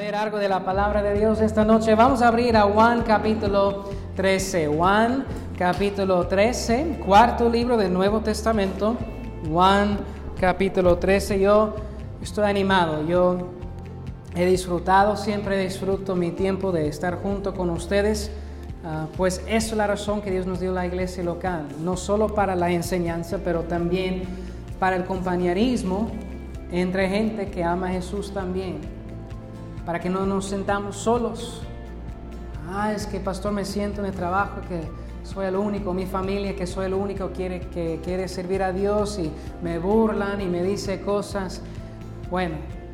ver algo de la palabra de Dios esta noche. Vamos a abrir a Juan capítulo 13. Juan capítulo 13, cuarto libro del Nuevo Testamento. Juan capítulo 13. Yo estoy animado. Yo he disfrutado, siempre disfruto mi tiempo de estar junto con ustedes. Pues esa es la razón que Dios nos dio la iglesia local. No solo para la enseñanza, pero también para el compañerismo entre gente que ama a Jesús también. Para que no nos sentamos solos. Es que pastor, me siento en el trabajo que soy el único, mi familia que soy el único que quiere servir a Dios y me burlan y me dice cosas. Bueno,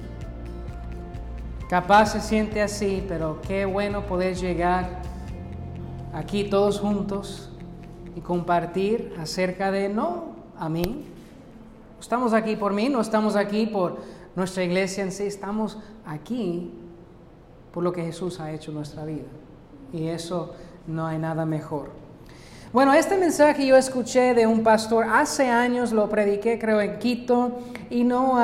capaz se siente así, pero qué bueno poder llegar aquí todos juntos y compartir acerca de no a mí. Estamos aquí por mí, no estamos aquí por nuestra iglesia en sí, estamos aquí por lo que Jesús ha hecho en nuestra vida. Y eso no hay nada mejor. Bueno, este mensaje yo escuché de un pastor hace años, lo prediqué creo en Quito, y no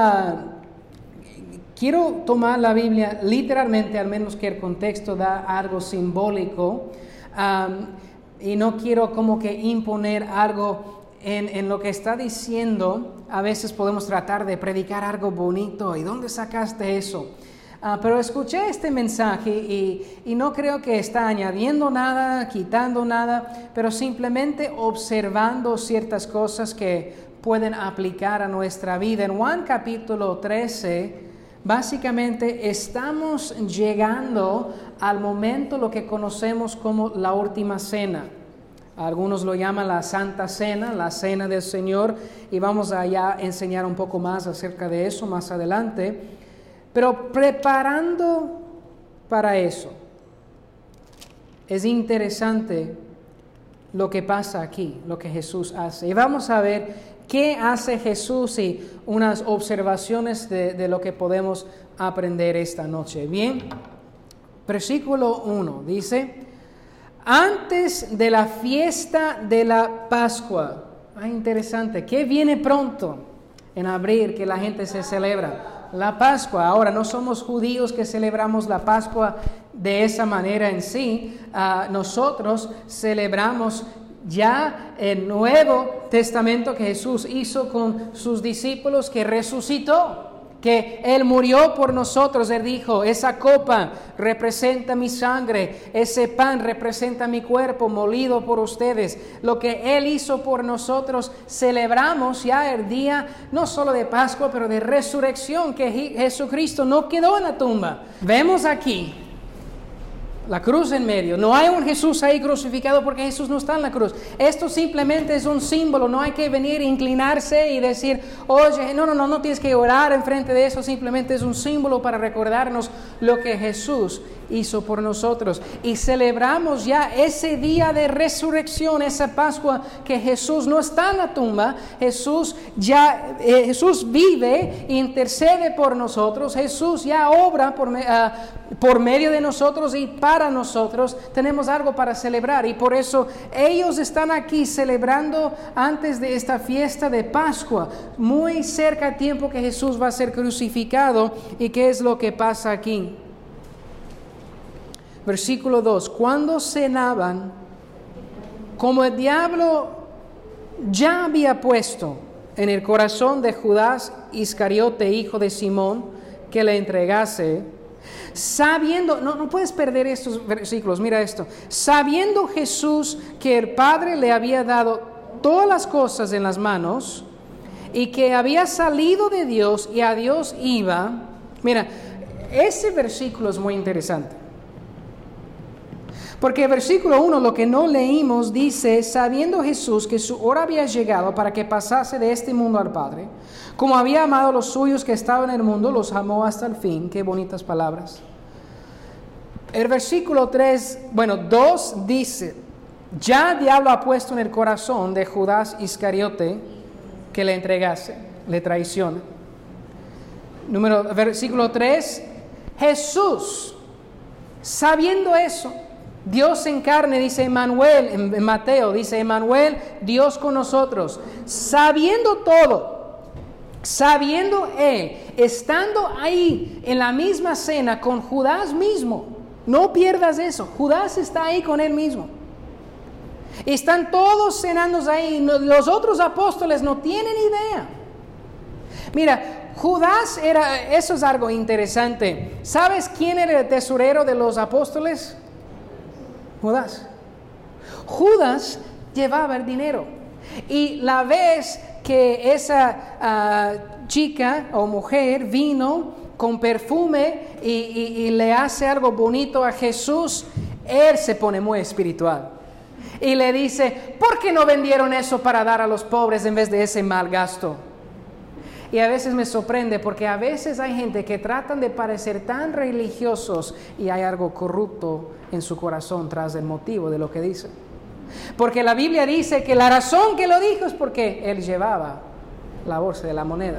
quiero tomar la Biblia literalmente, al menos que el contexto da algo simbólico, y no quiero como que imponer algo en lo que está diciendo. A veces podemos tratar de predicar algo bonito. ¿Y dónde sacaste eso? Pero escuché este mensaje y no creo que está añadiendo nada, quitando nada, pero simplemente observando ciertas cosas que pueden aplicar a nuestra vida. En Juan capítulo 13, básicamente estamos llegando al momento lo que conocemos como la última cena. Algunos lo llaman la Santa Cena, la Cena del Señor, y vamos a ya enseñar un poco más acerca de eso más adelante. Pero preparando para eso, es interesante lo que pasa aquí, lo que Jesús hace. Y vamos a ver qué hace Jesús y unas observaciones de lo que podemos aprender esta noche. Bien, versículo 1 dice: antes de la fiesta de la Pascua. Interesante. ¿Qué viene pronto en abril que la gente se celebra? La Pascua. Ahora, no somos judíos que celebramos la Pascua de esa manera en sí. Nosotros celebramos ya el Nuevo Testamento que Jesús hizo con sus discípulos, que resucitó, que Él murió por nosotros. Él dijo: esa copa representa mi sangre, ese pan representa mi cuerpo molido por ustedes. Lo que Él hizo por nosotros, celebramos ya el día no solo de Pascua, pero de resurrección, que Jesucristo no quedó en la tumba. Vemos aquí la cruz en medio. No hay un Jesús ahí crucificado porque Jesús no está en la cruz. Esto simplemente es un símbolo. No hay que venir a inclinarse y decir: oye, no tienes que orar enfrente de eso. Simplemente es un símbolo para recordarnos lo que Jesús hizo por nosotros. Y celebramos ya ese día de resurrección, esa Pascua, que Jesús no está en la tumba. Jesús vive e intercede por nosotros. Jesús ya obra por medio de nosotros y para nosotros. Tenemos algo para celebrar, y por eso ellos están aquí celebrando antes de esta fiesta de Pascua, muy cerca al tiempo que Jesús va a ser crucificado. ¿Y qué es lo que pasa aquí? Versículo 2: cuando cenaban, como el diablo ya había puesto en el corazón de Judas Iscariote, hijo de Simón, que le entregase, sabiendo, no puedes perder estos versículos, mira esto: sabiendo Jesús que el Padre le había dado todas las cosas en las manos y que había salido de Dios y a Dios iba. Mira, ese versículo es muy interesante. Porque el versículo 1, lo que no leímos, dice: sabiendo Jesús que su hora había llegado para que pasase de este mundo al Padre, como había amado a los suyos que estaban en el mundo, los amó hasta el fin. Qué bonitas palabras. El versículo 2 dice: ya el diablo ha puesto en el corazón de Judas Iscariote que le entregase, le traiciona. Versículo 3, Jesús, sabiendo eso, Dios en carne, dice Emmanuel, en Mateo dice Emmanuel, Dios con nosotros, sabiendo todo, sabiendo él, estando ahí en la misma cena con Judas mismo. No pierdas eso, Judas está ahí con él mismo. Están todos cenando ahí, los otros apóstoles no tienen idea. Mira, Judas eso es algo interesante. ¿Sabes quién era el tesorero de los apóstoles? Judas. Judas llevaba el dinero. Y la vez que esa chica o mujer vino con perfume y le hace algo bonito a Jesús, él se pone muy espiritual. Y le dice, ¿por qué no vendieron eso para dar a los pobres en vez de ese mal gasto? Y a veces me sorprende porque a veces hay gente que tratan de parecer tan religiosos y hay algo corrupto en su corazón tras el motivo de lo que dicen. Porque la Biblia dice que la razón que lo dijo es porque él llevaba la bolsa de la moneda.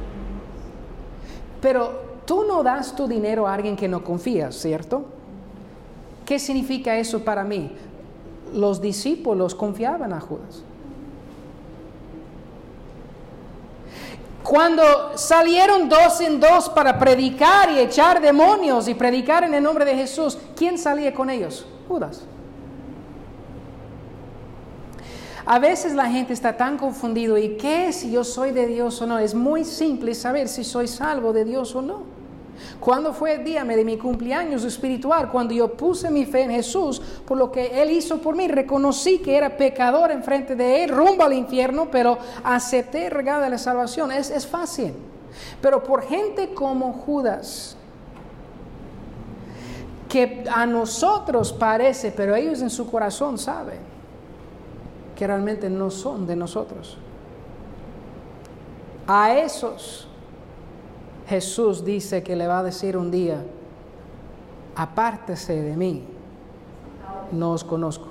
Pero tú no das tu dinero a alguien que no confías, ¿cierto? ¿Qué significa eso para mí? Los discípulos confiaban a Judas. Cuando salieron 2 en 2 para predicar y echar demonios y predicar en el nombre de Jesús, ¿quién salía con ellos? Judas. A veces la gente está tan confundido. ¿Y qué si yo soy de Dios o no? Es muy simple saber si soy salvo de Dios o no. ¿Cuándo fue el día de mi cumpleaños espiritual? Cuando yo puse mi fe en Jesús por lo que Él hizo por mí. Reconocí que era pecador enfrente de Él, rumbo al infierno, pero acepté el regalo de la salvación. Es fácil. Pero por gente como Judas, que a nosotros parece, pero ellos en su corazón saben que realmente no son de nosotros. A esos Jesús dice que le va a decir un día, apártese de mí, no os conozco.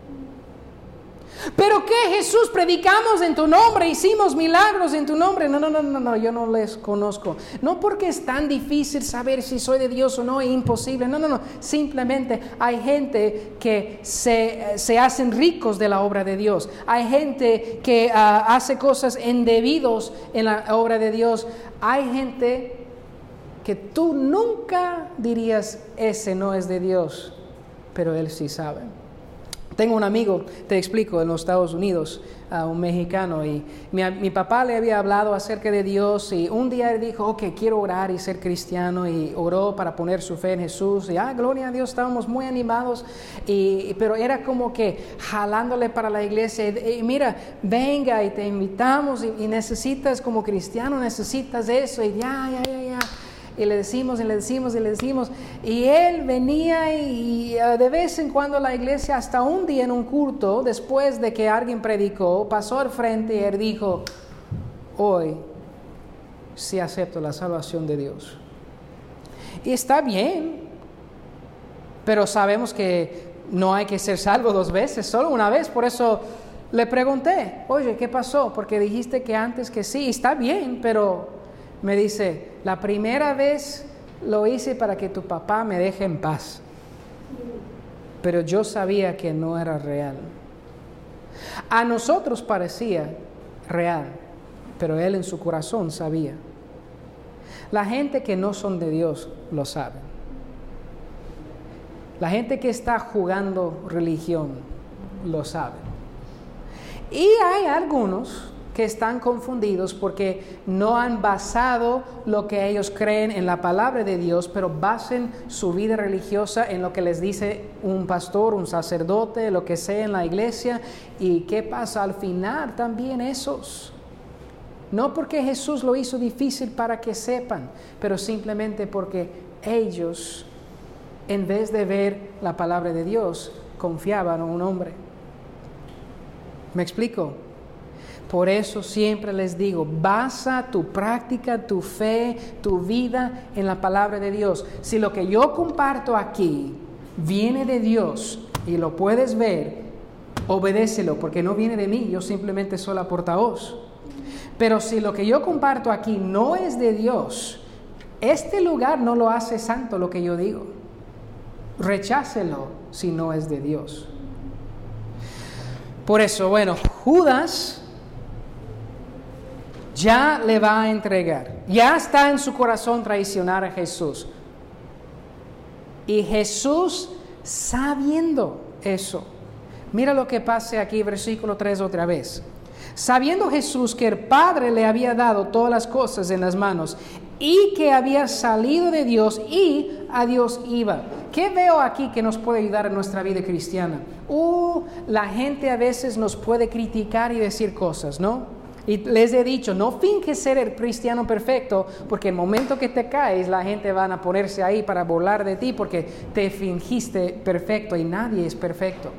¿Pero qué, Jesús? Predicamos en tu nombre, hicimos milagros en tu nombre. No, yo no les conozco. No porque es tan difícil saber si soy de Dios o no, es imposible. No. Simplemente hay gente que se hacen ricos de la obra de Dios. Hay gente que hace cosas indebidas en la obra de Dios. Hay gente que tú nunca dirías, ese no es de Dios, pero él sí sabe. Tengo un amigo, te explico, en los Estados Unidos, un mexicano, y mi papá le había hablado acerca de Dios, y un día él dijo, ok, quiero orar y ser cristiano, y oró para poner su fe en Jesús, y gloria a Dios, estábamos muy animados, pero era como que jalándole para la iglesia, y mira, venga, y te invitamos, y necesitas como cristiano, necesitas eso, y ya. Y le decimos, y él venía y de vez en cuando a la iglesia, hasta un día en un culto, después de que alguien predicó, pasó al frente y él dijo, hoy sí acepto la salvación de Dios. Y está bien, pero sabemos que no hay que ser salvo 2 veces, solo una vez. Por eso le pregunté, oye, ¿qué pasó? Porque dijiste que antes que sí, está bien, pero me dice, la primera vez lo hice para que tu papá me deje en paz, pero yo sabía que no era real. A nosotros parecía real, pero él en su corazón sabía. La gente que no son de Dios lo sabe. La gente que está jugando religión lo sabe. Y hay algunos que están confundidos porque no han basado lo que ellos creen en la palabra de Dios, pero basen su vida religiosa en lo que les dice un pastor, un sacerdote, lo que sea en la iglesia. ¿Y qué pasa? Al final también esos, no porque Jesús lo hizo difícil para que sepan, pero simplemente porque ellos, en vez de ver la palabra de Dios, confiaban en un hombre. ¿Me explico? Por eso siempre les digo, basa tu práctica, tu fe, tu vida en la palabra de Dios. Si lo que yo comparto aquí viene de Dios y lo puedes ver, obedécelo, porque no viene de mí, yo simplemente soy la portavoz. Pero si lo que yo comparto aquí no es de Dios, este lugar no lo hace santo lo que yo digo. Rechácelo si no es de Dios. Por eso, Judas ya le va a entregar. Ya está en su corazón traicionar a Jesús. Y Jesús, sabiendo eso, mira lo que pasa aquí, versículo 3 otra vez. Sabiendo Jesús que el Padre le había dado todas las cosas en las manos y que había salido de Dios y a Dios iba. ¿Qué veo aquí que nos puede ayudar en nuestra vida cristiana? La gente a veces nos puede criticar y decir cosas, ¿no? Y les he dicho, no finges ser el cristiano perfecto, porque el momento que te caes, la gente van a ponerse ahí para burlar de ti, porque te fingiste perfecto y nadie es perfecto.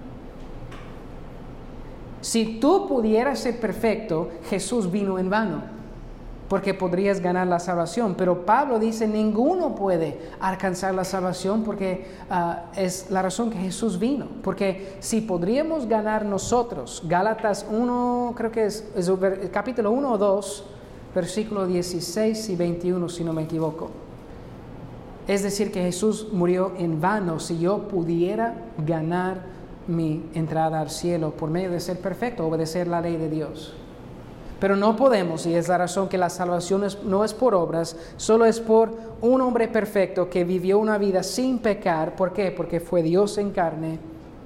Si tú pudieras ser perfecto, Jesús vino en vano, porque podrías ganar la salvación. Pero Pablo dice, ninguno puede alcanzar la salvación, porque es la razón que Jesús vino. Porque si podríamos ganar nosotros, Gálatas 1, creo que es el capítulo 1 o 2, versículos 16 y 21, si no me equivoco. Es decir, que Jesús murió en vano si yo pudiera ganar mi entrada al cielo por medio de ser perfecto, obedecer la ley de Dios. Pero no podemos, y es la razón que la salvación no es por obras, solo es por un hombre perfecto que vivió una vida sin pecar. ¿Por qué? Porque fue Dios en carne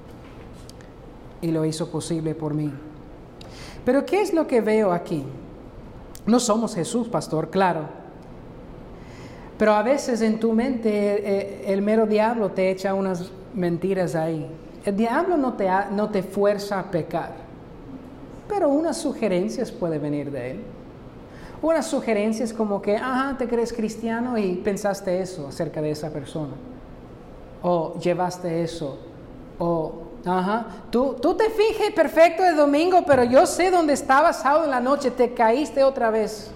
y lo hizo posible por mí. Pero ¿qué es lo que veo aquí? No somos Jesús, pastor, claro. Pero a veces en tu mente el mero diablo te echa unas mentiras ahí. El diablo no te fuerza a pecar, pero unas sugerencias pueden venir de él. Unas sugerencias como que, te crees cristiano y pensaste eso acerca de esa persona. O llevaste eso. O, tú te fijes perfecto el domingo, pero yo sé dónde estabas sábado en la noche, te caíste otra vez.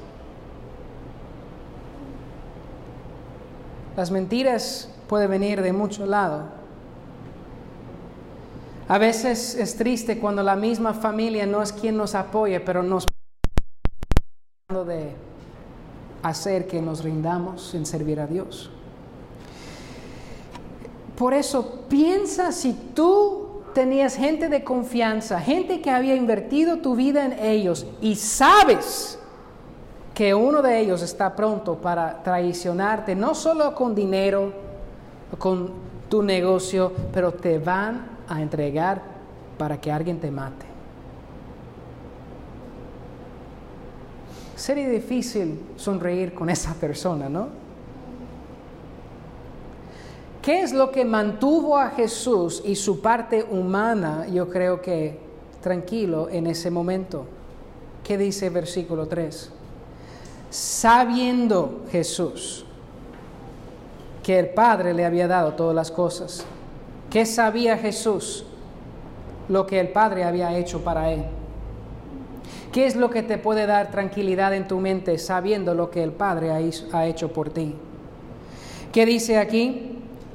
Las mentiras pueden venir de muchos lados. A veces es triste cuando la misma familia no es quien nos apoya, pero nos de hacer que nos rindamos en servir a Dios. Por eso piensa, si tú tenías gente de confianza, gente que había invertido tu vida en ellos y sabes que uno de ellos está pronto para traicionarte, no solo con dinero, con tu negocio, pero te van a entregar para que alguien te mate. Sería difícil sonreír con esa persona, ¿no? ¿Qué es lo que mantuvo a Jesús y su parte humana, yo creo que tranquilo en ese momento? ¿Qué dice el versículo 3? Sabiendo Jesús que el Padre le había dado todas las cosas. ¿Qué sabía Jesús? Lo que el Padre había hecho para él. ¿Qué es lo que te puede dar tranquilidad en tu mente sabiendo lo que el Padre ha hecho por ti? ¿Qué dice aquí?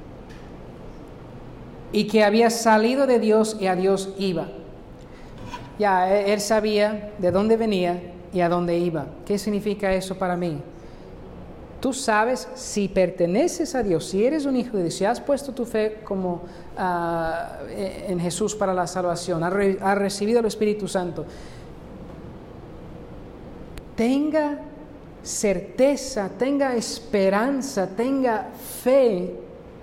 Y que había salido de Dios y a Dios iba. Ya, él sabía de dónde venía y a dónde iba. ¿Qué significa eso para mí? Tú sabes si perteneces a Dios, si eres un hijo de Dios, si has puesto tu fe como en Jesús para la salvación, has recibido el Espíritu Santo. Tenga certeza, tenga esperanza, tenga fe,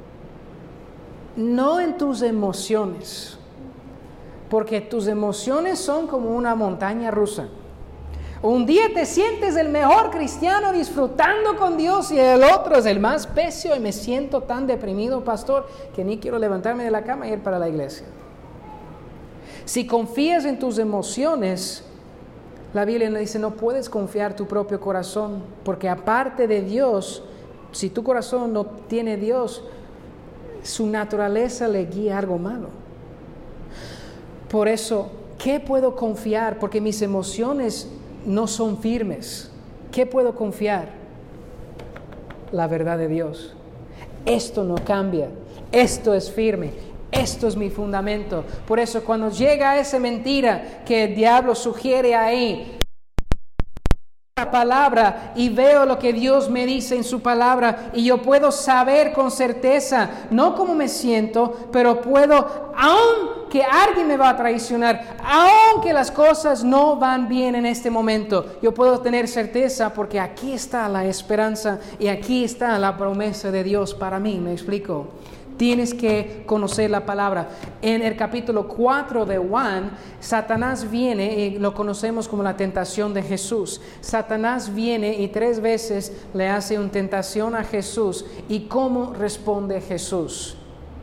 no en tus emociones, porque tus emociones son como una montaña rusa. Un día te sientes el mejor cristiano disfrutando con Dios y el otro es el más pecio y me siento tan deprimido, pastor, que ni quiero levantarme de la cama y ir para la iglesia. Si confías en tus emociones, la Biblia nos dice, no puedes confiar tu propio corazón, porque aparte de Dios, si tu corazón no tiene Dios, su naturaleza le guía a algo malo. Por eso, ¿qué puedo confiar? Porque mis emociones no son firmes. ¿Qué puedo confiar? La verdad de Dios. Esto no cambia. Esto es firme. Esto es mi fundamento. Por eso cuando llega esa mentira que el diablo sugiere ahí, la palabra y veo lo que Dios me dice en su palabra y yo puedo saber con certeza, no cómo me siento, pero puedo, aunque alguien me va a traicionar, aunque las cosas no van bien en este momento, yo puedo tener certeza porque aquí está la esperanza y aquí está la promesa de Dios para mí. ¿Me explico? Tienes que conocer la palabra. En el capítulo 4 de Juan, Satanás viene, y lo conocemos como la tentación de Jesús. Satanás viene y 3 veces le hace una tentación a Jesús. ¿Y cómo responde Jesús?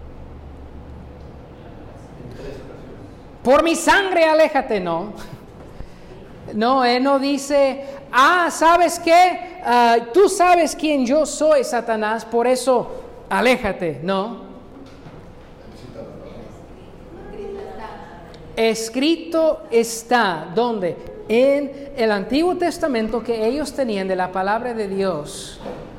Por mi sangre, aléjate, no. No, Él no dice, ¿sabes qué? Tú sabes quién yo soy, Satanás, por eso aléjate, no. Escrito está, ¿dónde? En el Antiguo Testamento que ellos tenían de la palabra de Dios.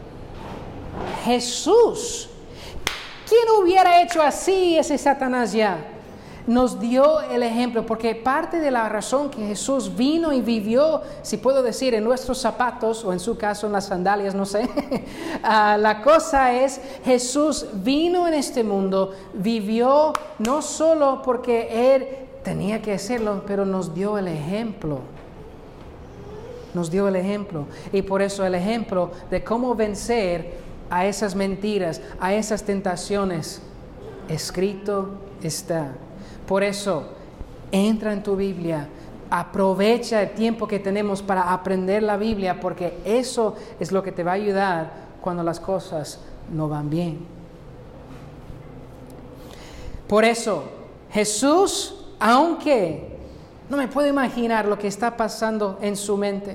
Jesús. ¿Quién hubiera hecho así ese Satanás ya? Nos dio el ejemplo, porque parte de la razón que Jesús vino y vivió, si puedo decir, en nuestros zapatos, o en su caso en las sandalias, no sé, la cosa es, Jesús vino en este mundo, vivió no solo porque Él tenía que hacerlo, pero nos dio el ejemplo. Nos dio el ejemplo, y por eso el ejemplo de cómo vencer a esas mentiras, a esas tentaciones, escrito está. Por eso, entra en tu Biblia, aprovecha el tiempo que tenemos para aprender la Biblia, porque eso es lo que te va a ayudar cuando las cosas no van bien. Por eso, Jesús, aunque no me puedo imaginar lo que está pasando en su mente,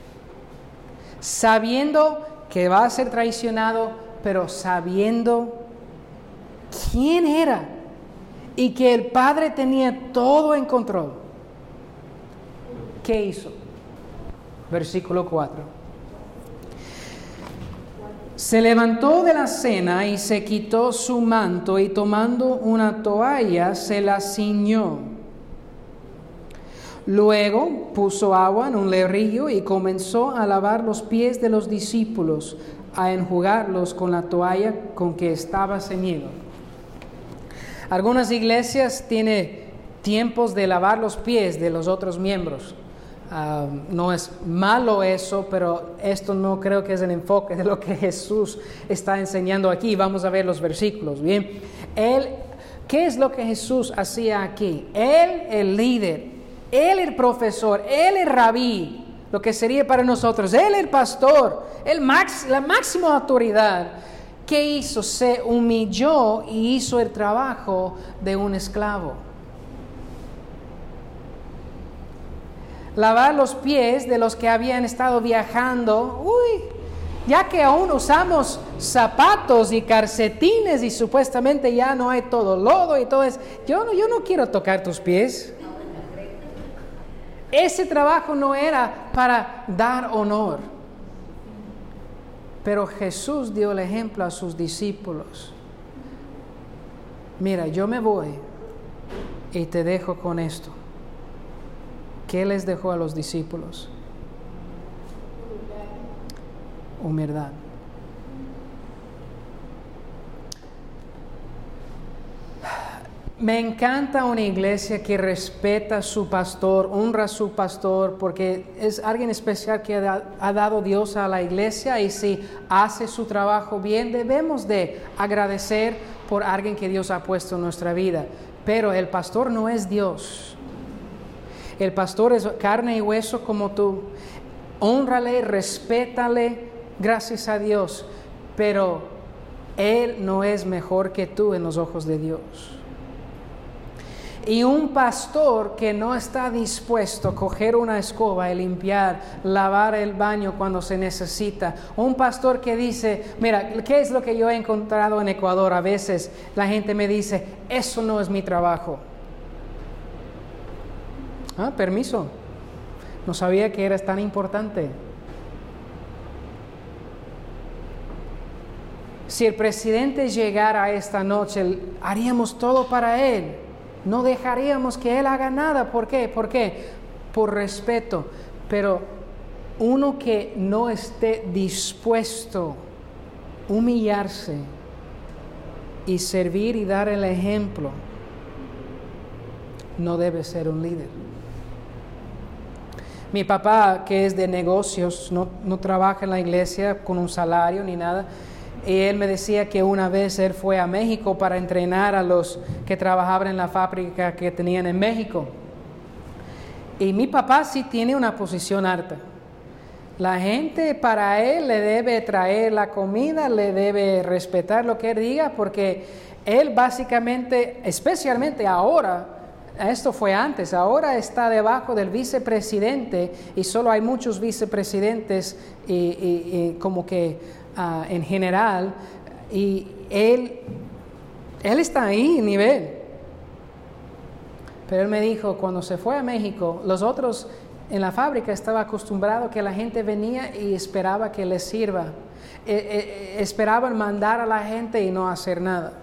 sabiendo que va a ser traicionado, pero sabiendo quién era, y que el Padre tenía todo en control. ¿Qué hizo? Versículo 4. Se levantó de la cena y se quitó su manto y tomando una toalla se la ciñó. Luego puso agua en un lebrillo y comenzó a lavar los pies de los discípulos, a enjugarlos con la toalla con que estaba ceñido. Algunas iglesias tienen tiempos de lavar los pies de los otros miembros. No es malo eso, pero esto no creo que es el enfoque de lo que Jesús está enseñando aquí. Vamos a ver los versículos, ¿bien? ¿Qué es lo que Jesús hacía aquí? Él, el líder, Él, el profesor, Él, el rabí, lo que sería para nosotros, Él, el pastor, la máxima autoridad. ¿Qué hizo? Se humilló y hizo el trabajo de un esclavo. Lavar los pies de los que habían estado viajando. Ya que aún usamos zapatos y calcetines y supuestamente ya no hay todo lodo y todo eso. Yo no quiero tocar tus pies. Ese trabajo no era para dar honor. Pero Jesús dio el ejemplo a sus discípulos. Mira, yo me voy y te dejo con esto. ¿Qué les dejó a los discípulos? Humildad. Me encanta una iglesia que respeta a su pastor, honra a su pastor, porque es alguien especial que ha dado Dios a la iglesia, y si hace su trabajo bien, debemos de agradecer por alguien que Dios ha puesto en nuestra vida. Pero el pastor no es Dios. El pastor es carne y hueso como tú. Hónrale, respétale, gracias a Dios, pero Él no es mejor que tú en los ojos de Dios. Y un pastor que no está dispuesto a coger una escoba y limpiar, lavar el baño cuando se necesita. Un pastor que dice, mira, ¿qué es lo que yo he encontrado en Ecuador? A veces la gente me dice, eso no es mi trabajo. Permiso. No sabía que eras tan importante. Si el presidente llegara esta noche, haríamos todo para él. No dejaríamos que él haga nada. ¿Por qué? ¿Por qué? Por respeto. Pero uno que no esté dispuesto a humillarse y servir y dar el ejemplo, no debe ser un líder. Mi papá, que es de negocios, no trabaja en la iglesia con un salario ni nada, y él me decía que una vez él fue a México para entrenar a los que trabajaban en la fábrica que tenían en México. Y mi papá sí tiene una posición alta. La gente para él le debe traer la comida, le debe respetar lo que él diga, porque él básicamente, especialmente ahora, esto fue antes, ahora está debajo del vicepresidente y solo hay muchos vicepresidentes y como que en general, y él está ahí en nivel. Pero él me dijo, cuando se fue a México, los otros en la fábrica estaban acostumbrados que la gente venía y esperaba que les sirva. Esperaban mandar a la gente y no hacer nada.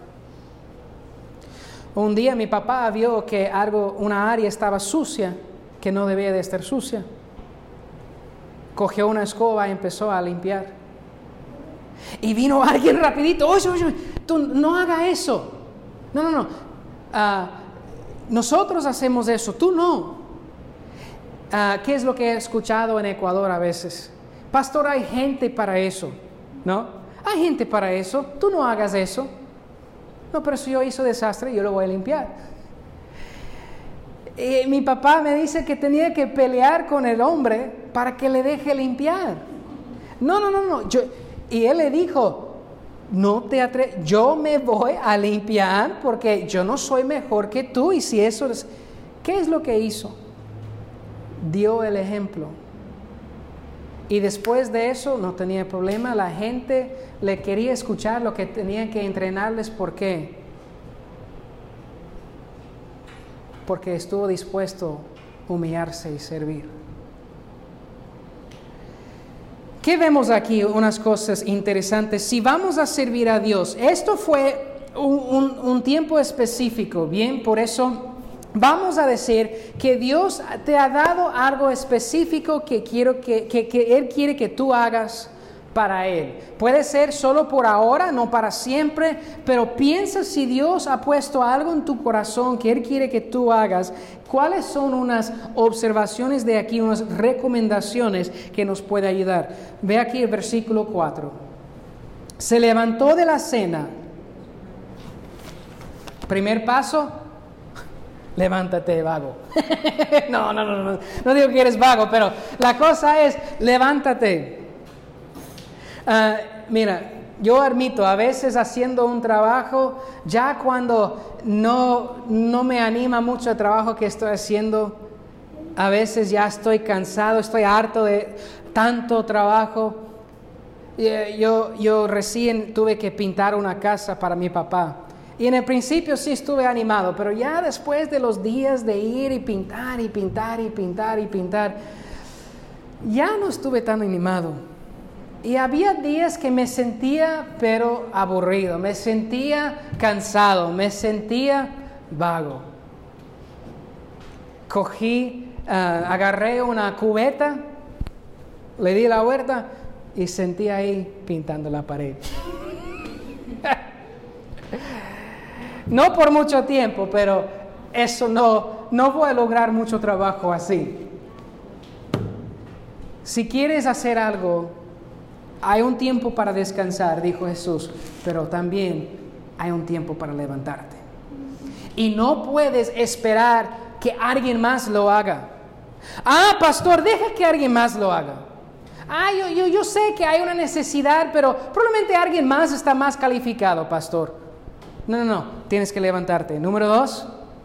Un día mi papá vio que una área estaba sucia, que no debía de estar sucia. Cogió una escoba y empezó a limpiar. Y vino alguien rapidito, oye, tú no hagas eso. No. Nosotros hacemos eso, tú no. ¿Qué es lo que he escuchado en Ecuador a veces? Pastor, hay gente para eso, ¿no? Hay gente para eso, tú no hagas eso. No, pero si yo hice desastre, yo lo voy a limpiar. Y mi papá me dice que tenía que pelear con el hombre para que le deje limpiar. No. Y él le dijo, no te atreves, yo me voy a limpiar porque yo no soy mejor que tú. Y si eso es, ¿qué es lo que hizo? Dio el ejemplo. Y después de eso no tenía problema, la gente le quería escuchar, lo que tenía que entrenarles. ¿Por qué? Porque estuvo dispuesto a humillarse y servir. ¿Qué vemos aquí? Unas cosas interesantes. Si vamos a servir a Dios, esto fue un tiempo específico, bien, por eso vamos a decir que Dios te ha dado algo específico que Él quiere que tú hagas para Él. Puede ser solo por ahora, no para siempre, pero piensa si Dios ha puesto algo en tu corazón que Él quiere que tú hagas. ¿Cuáles son unas observaciones de aquí, unas recomendaciones que nos puede ayudar? Ve aquí el versículo 4. Se levantó de la cena. Primer paso, levántate, vago. No digo que eres vago, pero la cosa es, levántate. Mira, yo admito, a veces haciendo un trabajo, ya cuando no me anima mucho el trabajo que estoy haciendo, a veces ya estoy cansado, estoy harto de tanto trabajo. Yo recién tuve que pintar una casa para mi papá. Y en el principio sí estuve animado, pero ya después de los días de ir y pintar, ya no estuve tan animado. Y había días que me sentía pero aburrido, me sentía cansado, me sentía vago. Agarré una cubeta, le di la vuelta y sentí ahí pintando la pared. No por mucho tiempo, pero eso no voy a lograr mucho trabajo así. Si quieres hacer algo, hay un tiempo para descansar, dijo Jesús, pero también hay un tiempo para levantarte. Y no puedes esperar que alguien más lo haga. Pastor, deja que alguien más lo haga. Yo sé que hay una necesidad, pero probablemente alguien más está más calificado, pastor. No, tienes que levantarte. Número 2,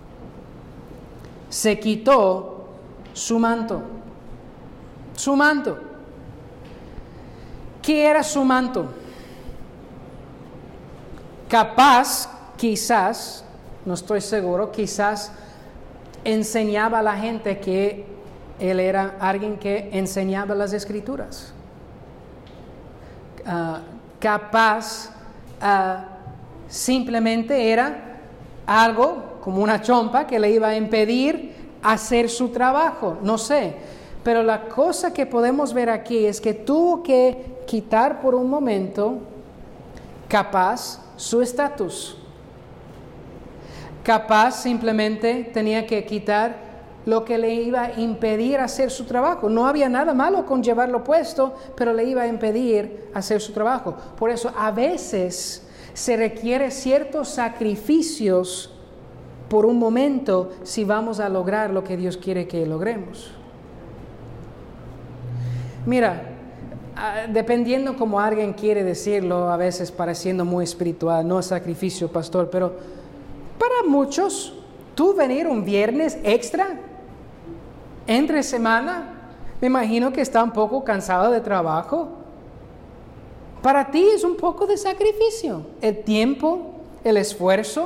se quitó su manto. Su manto. ¿Qué era su manto? Quizás, no estoy seguro, quizás enseñaba a la gente que él era alguien que enseñaba las escrituras. Simplemente era algo como una chompa que le iba a impedir hacer su trabajo, no sé. Pero la cosa que podemos ver aquí es que tuvo que quitar por un momento, capaz, su estatus. Capaz simplemente tenía que quitar lo que le iba a impedir hacer su trabajo. No había nada malo con llevarlo puesto, pero le iba a impedir hacer su trabajo. Por eso a veces se requiere ciertos sacrificios por un momento si vamos a lograr lo que Dios quiere que logremos. Mira, dependiendo como alguien quiere decirlo, a veces pareciendo muy espiritual, no es sacrificio, pastor, pero para muchos, tú venir un viernes extra, entre semana, me imagino que está un poco cansado de trabajo. Para ti es un poco de sacrificio, el tiempo, el esfuerzo.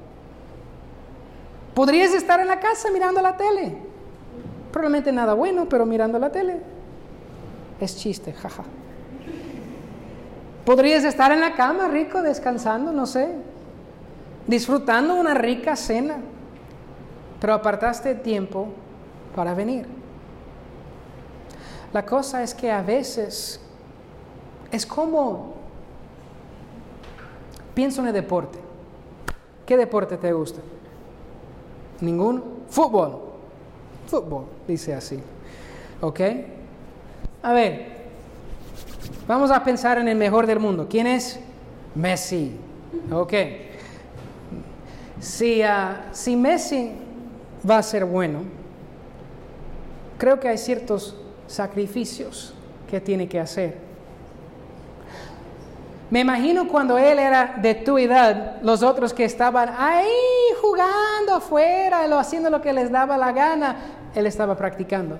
Podrías estar en la casa mirando la tele, probablemente nada bueno, pero mirando la tele. Es chiste, jaja. Podrías estar en la cama rico, descansando, no sé, disfrutando una rica cena, pero apartaste tiempo para venir. La cosa es que a veces es como, pienso en el deporte. ¿Qué deporte te gusta? ¿Ninguno? Fútbol, dice así. ¿Ok? A ver, vamos a pensar en el mejor del mundo. ¿Quién es? Messi. Ok. Si Messi va a ser bueno, creo que hay ciertos sacrificios que tiene que hacer. Me imagino cuando él era de tu edad, los otros que estaban ahí jugando afuera, haciendo lo que les daba la gana, él estaba practicando.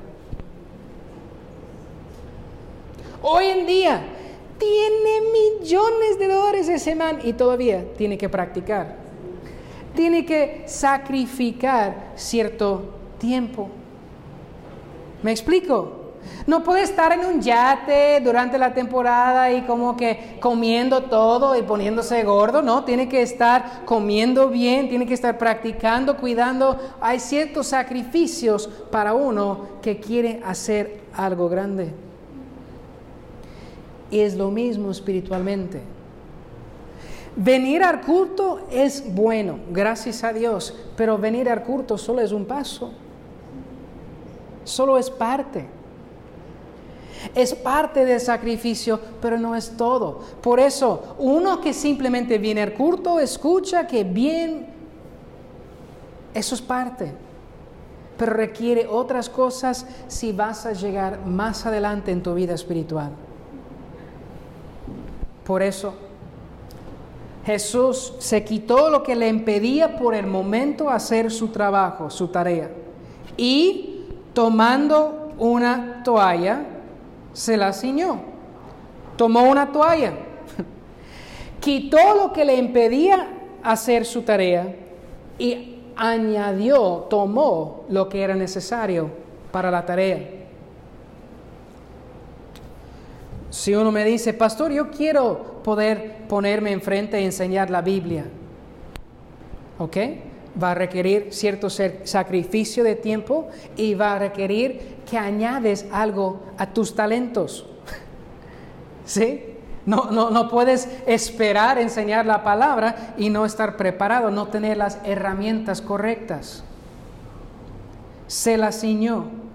Hoy en día tiene millones de dólares ese man y todavía tiene que practicar. Tiene que sacrificar cierto tiempo. ¿Me explico? No puede estar en un yate durante la temporada y como que comiendo todo y poniéndose gordo, no, tiene que estar comiendo bien, tiene que estar practicando, cuidando. Hay ciertos sacrificios para uno que quiere hacer algo grande. Y es lo mismo espiritualmente. Venir al culto es bueno, gracias a Dios, pero venir al culto solo es un paso, solo es parte. Es parte del sacrificio, pero no es todo. Por eso, uno que simplemente viene al culto, escucha que bien, eso es parte. Pero requiere otras cosas si vas a llegar más adelante en tu vida espiritual. Por eso, Jesús se quitó lo que le impedía por el momento hacer su trabajo, su tarea. Y tomando una toalla, se la ciñó. Tomó una toalla, quitó lo que le impedía hacer su tarea y tomó lo que era necesario para la tarea. Si uno me dice, pastor, yo quiero poder ponerme enfrente y enseñar la Biblia, ¿ok? Va a requerir cierto sacrificio de tiempo y va a requerir que añades algo a tus talentos. ¿Sí? No puedes esperar enseñar la palabra y no estar preparado, no tener las herramientas correctas. Se la ciñó.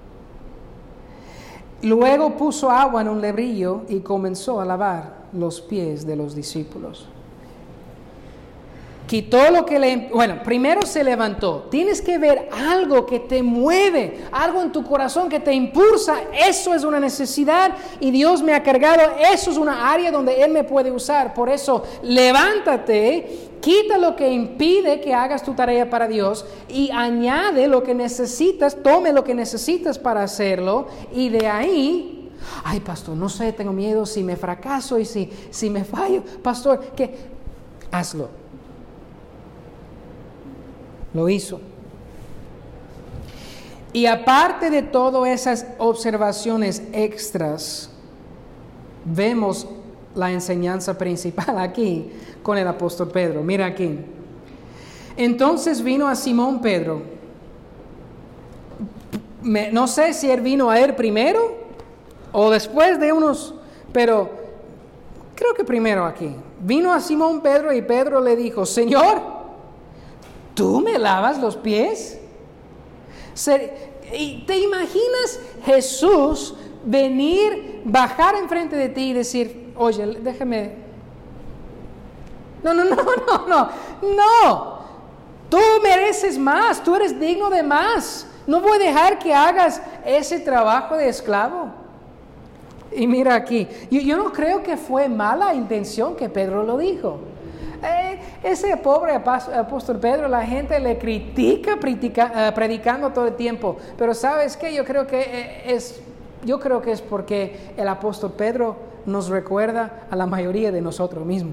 Luego puso agua en un lebrillo y comenzó a lavar los pies de los discípulos. Quitó lo que primero se levantó. Tienes que ver algo que te mueve, algo en tu corazón que te impulsa. Eso es una necesidad y Dios me ha cargado. Eso es una área donde Él me puede usar. Por eso, levántate, quita lo que impide que hagas tu tarea para Dios y añade lo que necesitas, tome lo que necesitas para hacerlo y de ahí, ay pastor, no sé, tengo miedo si me fracaso y si me fallo. Pastor, ¿qué? Hazlo. Lo hizo. Y aparte de todas esas observaciones extras, vemos la enseñanza principal aquí con el apóstol Pedro. Mira aquí. Entonces vino a Simón Pedro. No sé si él vino a él primero o después de unos, pero creo que primero aquí. Vino a Simón Pedro y Pedro le dijo, Señor, ¿tú me lavas los pies? ¿Y te imaginas Jesús venir, bajar enfrente de ti y decir, oye, déjame? No. Tú mereces más, tú eres digno de más. No voy a dejar que hagas ese trabajo de esclavo. Y mira aquí, yo no creo que fue mala intención que Pedro lo dijo. Ese pobre apóstol Pedro, la gente le critica predicando todo el tiempo. Pero ¿sabes qué? Yo creo que es porque el apóstol Pedro nos recuerda a la mayoría de nosotros mismos.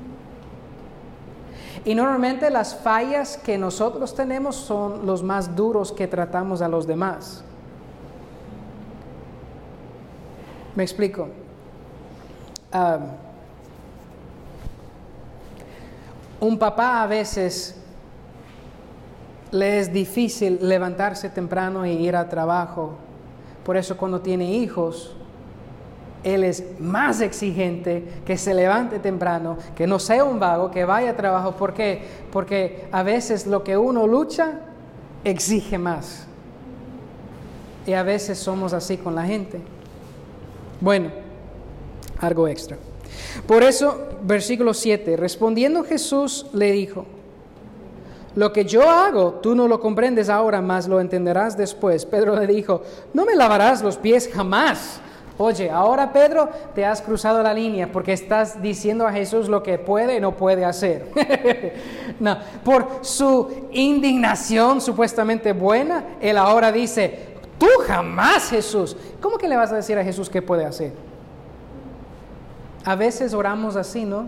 Y normalmente las fallas que nosotros tenemos son los más duros que tratamos a los demás. Me explico. Un papá a veces le es difícil levantarse temprano e ir al trabajo. Por eso cuando tiene hijos, él es más exigente, que se levante temprano, que no sea un vago, que vaya a trabajo. ¿Por qué? Porque a veces lo que uno lucha exige más. Y a veces somos así con la gente. Bueno, algo extra. Por eso, versículo 7, respondiendo Jesús le dijo, lo que yo hago, tú no lo comprendes ahora, mas lo entenderás después. Pedro le dijo, no me lavarás los pies jamás. Oye, ahora Pedro, te has cruzado la línea porque estás diciendo a Jesús lo que puede y no puede hacer. No, por su indignación supuestamente buena, él ahora dice, tú jamás, Jesús. ¿Cómo que le vas a decir a Jesús qué puede hacer? A veces oramos así, ¿no?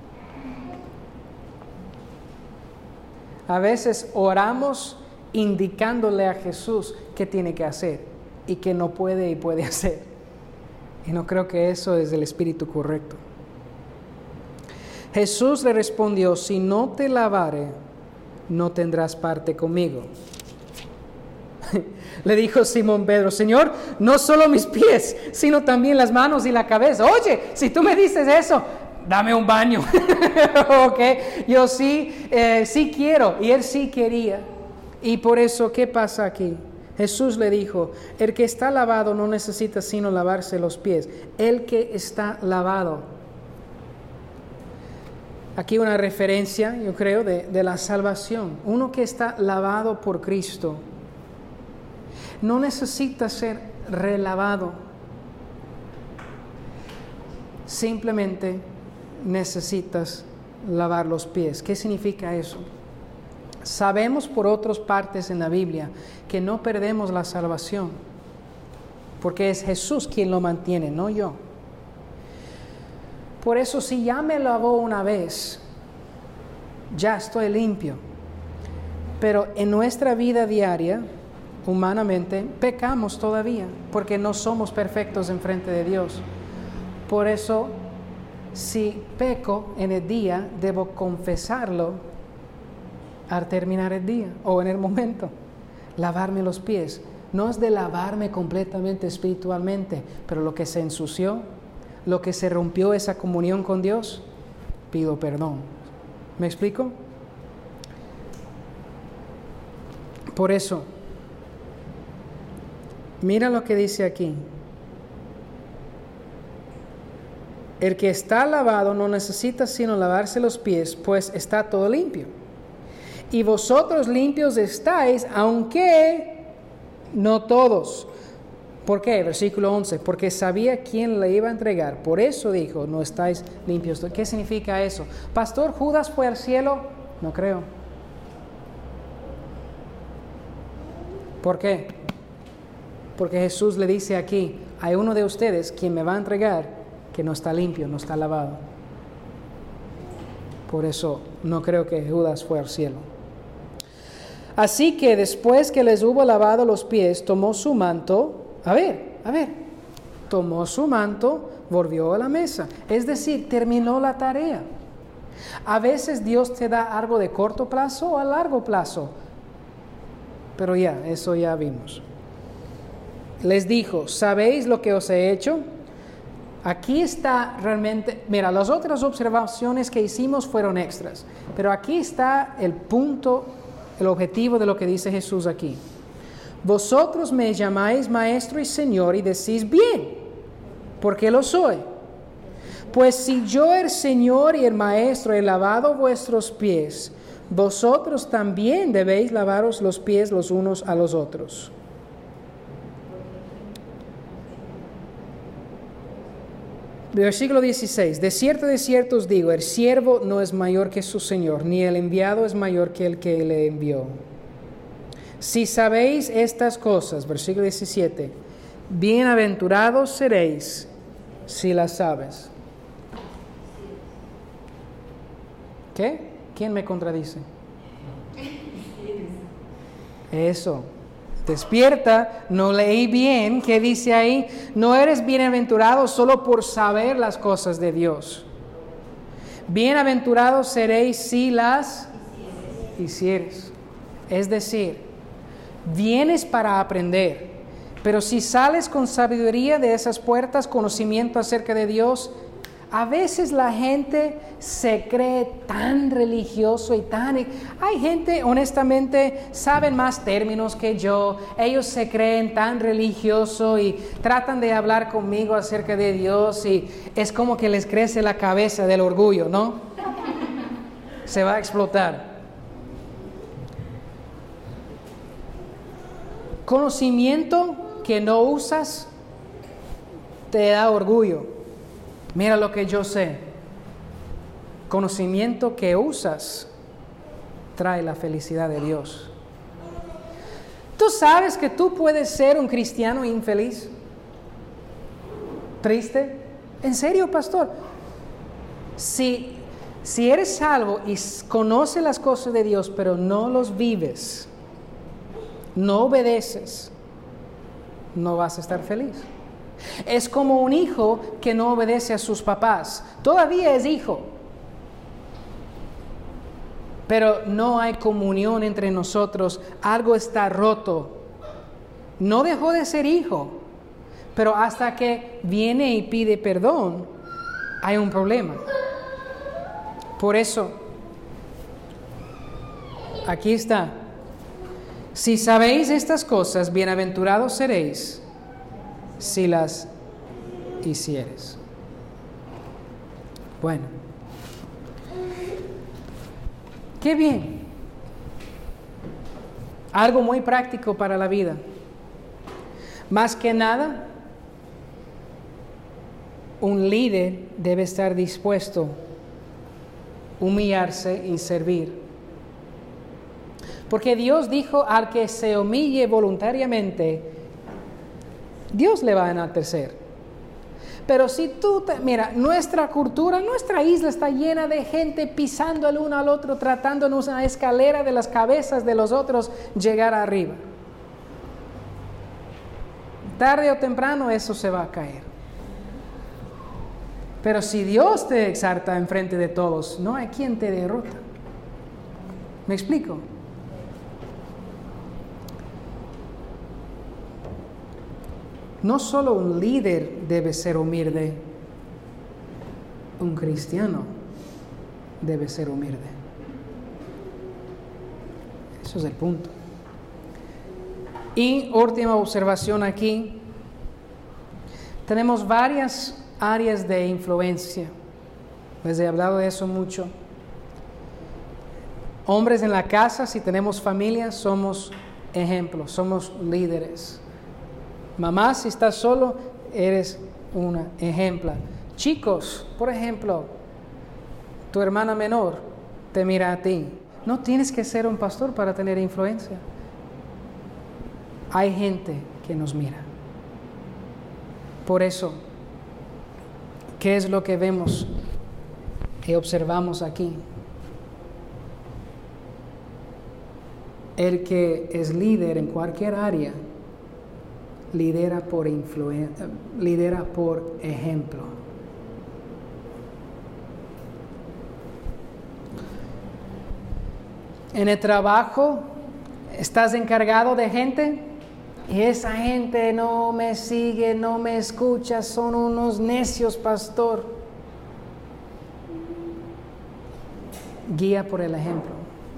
A veces oramos indicándole a Jesús qué tiene que hacer y qué no puede y puede hacer. Y no creo que eso es el espíritu correcto. Jesús le respondió, si no te lavare, no tendrás parte conmigo. Le dijo Simón Pedro, Señor, no solo mis pies, sino también las manos y la cabeza. Oye, si tú me dices eso, dame un baño. Okay. Yo sí quiero, y él sí quería. Y por eso, ¿qué pasa aquí? Jesús le dijo, el que está lavado no necesita sino lavarse los pies. El que está lavado. Aquí una referencia, yo creo, de la salvación. Uno que está lavado por Cristo no necesita ser relavado. Simplemente necesitas lavar los pies. ¿Qué significa eso? Sabemos por otras partes en la Biblia que no perdemos la salvación, porque es Jesús quien lo mantiene, no yo. Por eso si ya me lavó una vez, ya estoy limpio. Pero en nuestra vida diaria, humanamente, pecamos todavía, porque no somos perfectos en frente de Dios. Por eso, si peco en el día, debo confesarlo al terminar el día o en el momento. Lavarme los pies no es de lavarme completamente espiritualmente, pero lo que se ensució, lo que se rompió esa comunión con Dios, pido perdón. ¿Me explico? Por eso, mira lo que dice aquí. El que está lavado no necesita sino lavarse los pies, pues está todo limpio. Y vosotros limpios estáis, aunque no todos. ¿Por qué? Versículo 11. Porque sabía quién le iba a entregar. Por eso dijo, no estáis limpios. ¿Qué significa eso? Pastor, ¿Judas fue al cielo? No creo. ¿Por qué? Porque Jesús le dice aquí, hay uno de ustedes quien me va a entregar que no está limpio, no está lavado. Por eso no creo que Judas fue al cielo. Así que después que les hubo lavado los pies, tomó su manto, tomó su manto, volvió a la mesa. Es decir, terminó la tarea. A veces Dios te da algo de corto plazo o a largo plazo. Pero eso ya vimos. les dijo, ¿sabéis lo que os he hecho? Aquí está realmente, mira, las otras observaciones que hicimos fueron extras, pero aquí está el punto, el objetivo de lo que dice Jesús aquí. Vosotros me llamáis maestro y señor y decís bien, porque lo soy. Pues si yo, el Señor y el Maestro, he lavado vuestros pies, vosotros también debéis lavaros los pies los unos a los otros. Versículo 16. De cierto os digo, el siervo no es mayor que su Señor, ni el enviado es mayor que el que le envió. Si sabéis estas cosas, versículo 17, bienaventurados seréis si las sabes. ¿Qué? ¿Quién me contradice? Eso. Despierta, no leí bien. ¿Qué dice ahí? No eres bienaventurado solo por saber las cosas de Dios. Bienaventurados seréis si las hicieres. Es decir, vienes para aprender, pero si sales con sabiduría de esas puertas, conocimiento acerca de Dios, a veces la gente se cree tan religioso y tan... Hay gente, honestamente, saben más términos que yo. Ellos se creen tan religioso y tratan de hablar conmigo acerca de Dios y es como que les crece la cabeza del orgullo, ¿no? Se va a explotar. Conocimiento que no usas te da orgullo. Mira lo que yo sé. Conocimiento que usas trae la felicidad de Dios. ¿Tú sabes que tú puedes ser un cristiano infeliz? ¿Triste? ¿En serio, pastor? Si eres salvo y conoces las cosas de Dios, pero no los vives, no obedeces, no vas a estar feliz. Es como un hijo que no obedece a sus papás. Todavía es hijo, pero no hay comunión entre nosotros. Algo está roto. No dejó de ser hijo, pero hasta que viene y pide perdón, hay un problema. Por eso, aquí está. Si sabéis estas cosas, bienaventurados seréis si las hicieres. Bueno, qué bien. Algo muy práctico para la vida. Más que nada, un líder debe estar dispuesto a humillarse y servir. Porque Dios dijo, al que se humille voluntariamente, Dios le va a enaltecer. Pero si mira, nuestra cultura, nuestra isla está llena de gente pisando el uno al otro, tratando en una escalera de las cabezas de los otros llegar arriba. Tarde o temprano eso se va a caer. Pero si Dios te exalta enfrente de todos, no hay quien te derrota. ¿Me explico? No solo un líder debe ser humilde, un cristiano debe ser humilde. Eso es el punto. Y última observación aquí. Tenemos varias áreas de influencia. Les he hablado de eso mucho. Hombres en la casa, si tenemos familia, somos ejemplos, somos líderes. Mamá, si estás solo, eres una ejemplo. Chicos, por ejemplo, tu hermana menor te mira a ti. No tienes que ser un pastor para tener influencia. Hay gente que nos mira. Por eso, ¿qué es lo que vemos y observamos aquí? El que es líder en cualquier área lidera por influencia, lidera por ejemplo. En el trabajo, ¿estás encargado de gente? Y esa gente no me sigue, no me escucha, son unos necios, pastor. Guía por el ejemplo.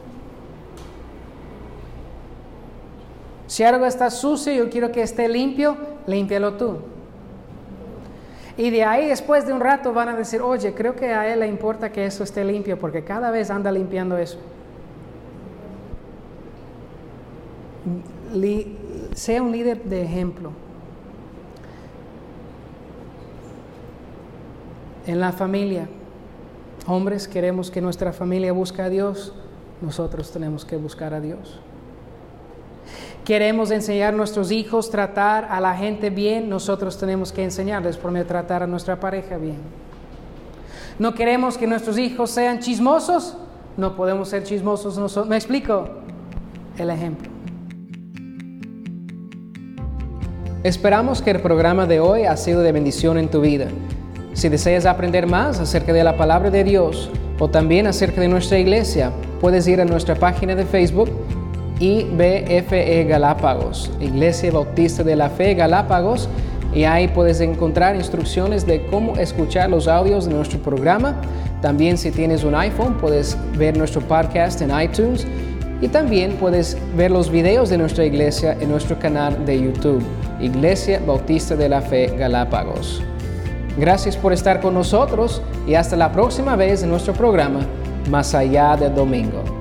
Si algo está sucio, yo quiero que esté limpio, límpialo tú. Y de ahí, después de un rato, van a decir, oye, creo que a él le importa que eso esté limpio, porque cada vez anda limpiando eso. Sea un líder de ejemplo. En la familia, hombres, queremos que nuestra familia busque a Dios, nosotros tenemos que buscar a Dios. Queremos enseñar a nuestros hijos a tratar a la gente bien, nosotros tenemos que enseñarles por medio de tratar a nuestra pareja bien. No queremos que nuestros hijos sean chismosos, no podemos ser chismosos nosotros. ¿Me explico? El ejemplo. Esperamos que el programa de hoy ha sido de bendición en tu vida. Si deseas aprender más acerca de la palabra de Dios o también acerca de nuestra iglesia, puedes ir a nuestra página de Facebook IBFE Galápagos, Iglesia Bautista de la Fe Galápagos, y ahí puedes encontrar instrucciones de cómo escuchar los audios de nuestro programa. También si tienes un iPhone puedes ver nuestro podcast en iTunes y también puedes ver los videos de nuestra iglesia en nuestro canal de YouTube, Iglesia Bautista de la Fe Galápagos. Gracias por estar con nosotros y hasta la próxima vez en nuestro programa Más Allá del Domingo.